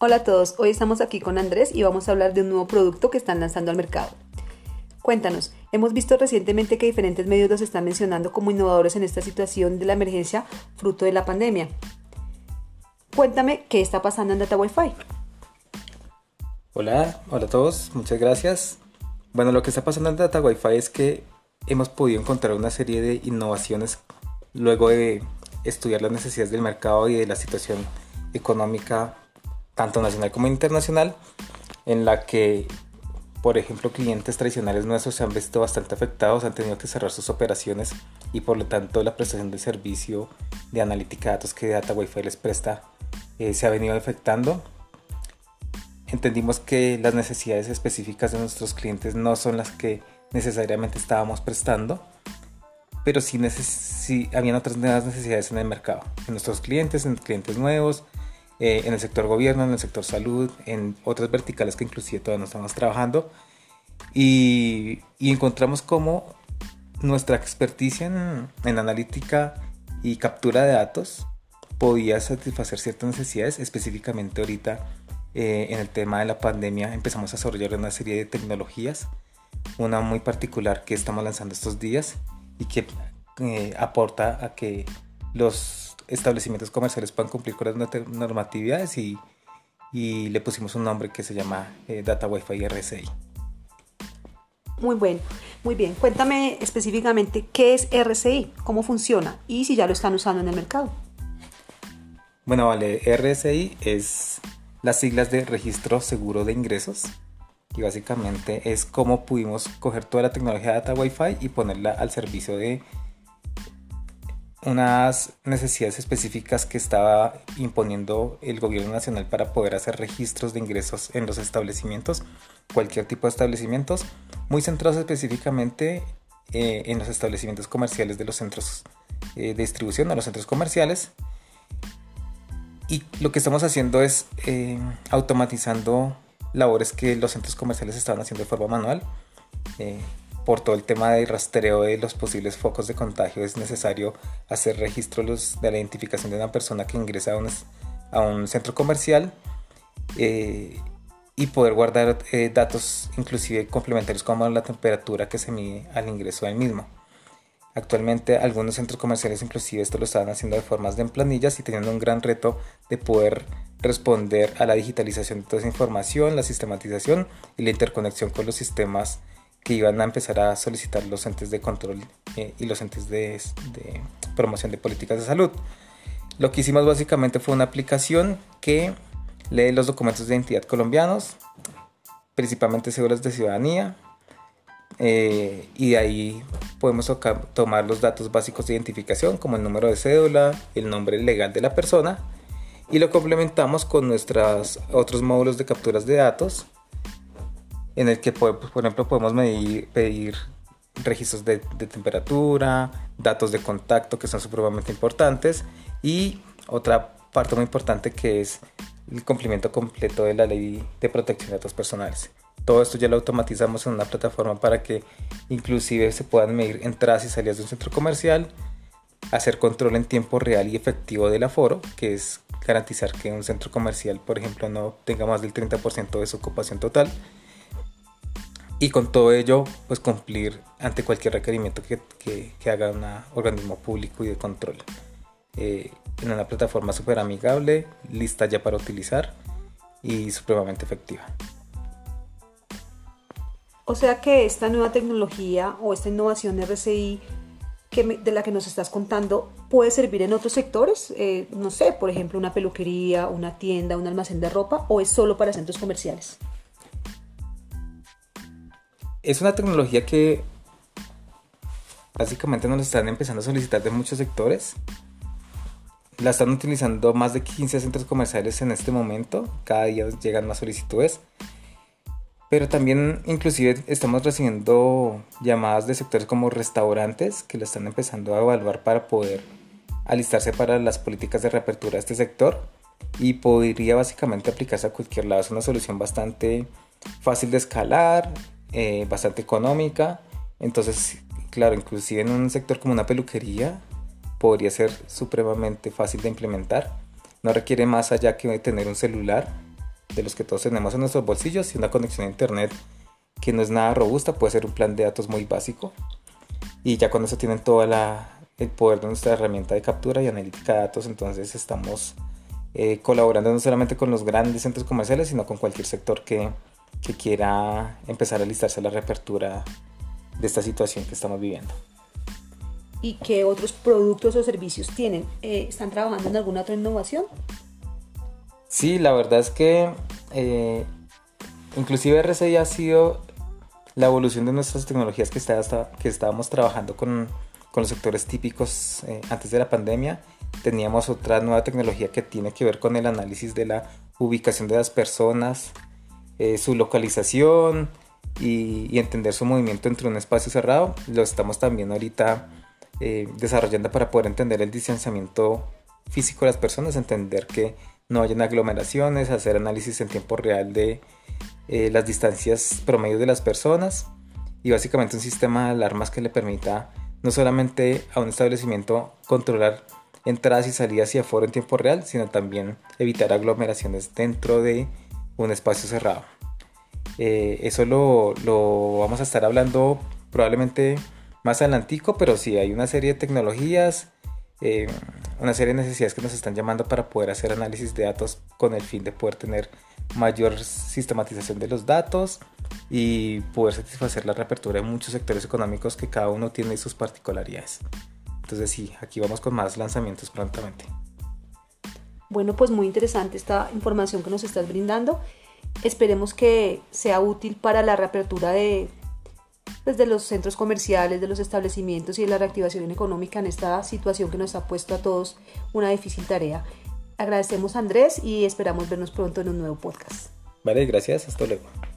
Hola a todos, hoy estamos aquí con Andrés y vamos a hablar de un nuevo producto que están lanzando al mercado. Cuéntanos, hemos visto recientemente que diferentes medios los están mencionando como innovadores en esta situación de la emergencia fruto de la pandemia. Cuéntame qué está pasando en Data Wi-Fi. Hola a todos, muchas gracias. Bueno, lo que está pasando en Data Wi-Fi es que hemos podido encontrar una serie de innovaciones luego de estudiar las necesidades del mercado y de la situación económica, tanto nacional como internacional, en la que, por ejemplo, clientes tradicionales nuestros se han visto bastante afectados, han tenido que cerrar sus operaciones y por lo tanto la prestación del servicio de analítica de datos que Data Wi-Fi les presta se ha venido afectando. Entendimos que las necesidades específicas de nuestros clientes no son las que necesariamente estábamos prestando, pero sí habían otras nuevas necesidades en el mercado, en nuestros clientes, en clientes nuevos, en el sector gobierno, en el sector salud, en otras verticales que inclusive todavía no estamos trabajando, y encontramos cómo nuestra experticia en analítica y captura de datos podía satisfacer ciertas necesidades. Específicamente ahorita en el tema de la pandemia empezamos a desarrollar una serie de tecnologías, una muy particular que estamos lanzando estos días y que aporta a que los establecimientos comerciales puedan cumplir con las normatividades y le pusimos un nombre que se llama Data Wi-Fi RSI. Muy bien. Cuéntame específicamente qué es RCI, cómo funciona y si ya lo están usando en el mercado. Bueno, vale, RSI es las siglas de Registro Seguro de Ingresos y básicamente es cómo pudimos coger toda la tecnología de Data Wi-Fi y ponerla al servicio de unas necesidades específicas que estaba imponiendo el gobierno nacional para poder hacer registros de ingresos en los establecimientos, cualquier tipo de establecimientos, muy centrados específicamente en los establecimientos comerciales de los centros de distribución, a los centros comerciales. Y lo que estamos haciendo es automatizando labores que los centros comerciales estaban haciendo de forma manual. Por todo el tema de rastreo de los posibles focos de contagio es necesario hacer registros de la identificación de una persona que ingresa a un centro comercial y poder guardar datos inclusive complementarios como la temperatura que se mide al ingreso del mismo. Actualmente algunos centros comerciales inclusive esto lo estaban haciendo de formas de planillas y teniendo un gran reto de poder responder a la digitalización de toda esa información, la sistematización y la interconexión con los sistemas que iban a empezar a solicitar los entes de control y los entes de promoción de políticas de salud. Lo que hicimos básicamente fue una aplicación que lee los documentos de identidad colombianos, principalmente cédulas de ciudadanía, y de ahí podemos tomar los datos básicos de identificación como el número de cédula, el nombre legal de la persona, y lo complementamos con nuestros otros módulos de capturas de datos en el que, por ejemplo, podemos pedir registros de temperatura, datos de contacto que son supremamente importantes y otra parte muy importante que es el cumplimiento completo de la ley de protección de datos personales. Todo esto ya lo automatizamos en una plataforma para que inclusive se puedan medir entradas y salidas de un centro comercial, hacer control en tiempo real y efectivo del aforo, que es garantizar que un centro comercial, por ejemplo, no tenga más del 30% de su ocupación total. Y con todo ello, pues cumplir ante cualquier requerimiento que haga un organismo público y de control. En una plataforma súper amigable, lista ya para utilizar y supremamente efectiva. O sea que esta nueva tecnología o esta innovación RCI de la que nos estás contando puede servir en otros sectores, no sé, por ejemplo, una peluquería, una tienda, un almacén de ropa, o es solo para centros comerciales. Es una tecnología que básicamente nos están empezando a solicitar de muchos sectores. La están utilizando más de 15 centros comerciales en este momento. Cada día llegan más solicitudes. Pero también inclusive estamos recibiendo llamadas de sectores como restaurantes que la están empezando a evaluar para poder alistarse para las políticas de reapertura de este sector. Y podría básicamente aplicarse a cualquier lado. Es una solución bastante fácil de escalar, bastante económica. Entonces, claro, inclusive en un sector como una peluquería podría ser supremamente fácil de implementar. No requiere más allá que tener un celular de los que todos tenemos en nuestros bolsillos, y una conexión a internet que no es nada robusta puede ser un plan de datos muy básico, y ya con eso tienen todo el poder de nuestra herramienta de captura y analítica de datos. Entonces estamos colaborando no solamente con los grandes centros comerciales, sino con cualquier sector que quiera empezar a alistarse a la reapertura de esta situación que estamos viviendo. ¿Y qué otros productos o servicios tienen? ¿Están trabajando en alguna otra innovación? Sí, la verdad es que inclusive RCI ha sido la evolución de nuestras tecnologías que estábamos trabajando con los sectores típicos antes de la pandemia. Teníamos otra nueva tecnología que tiene que ver con el análisis de la ubicación de las personas, su localización y entender su movimiento entre un espacio cerrado. Lo estamos también ahorita desarrollando para poder entender el distanciamiento físico de las personas, entender que no hayan aglomeraciones, hacer análisis en tiempo real de las distancias promedio de las personas, y básicamente un sistema de alarmas que le permita no solamente a un establecimiento controlar entradas y salidas y aforo en tiempo real, sino también evitar aglomeraciones dentro de un espacio cerrado. Eso lo vamos a estar hablando probablemente más adelantico, pero sí hay una serie de tecnologías, una serie de necesidades que nos están llamando para poder hacer análisis de datos con el fin de poder tener mayor sistematización de los datos y poder satisfacer la reapertura de muchos sectores económicos que cada uno tiene sus particularidades. Entonces sí, aquí vamos con más lanzamientos prontamente. Bueno, pues muy interesante esta información que nos estás brindando. Esperemos que sea útil para la reapertura de los centros comerciales, de los establecimientos y de la reactivación económica en esta situación que nos ha puesto a todos una difícil tarea. Agradecemos a Andrés y esperamos vernos pronto en un nuevo podcast. Vale, gracias, hasta luego.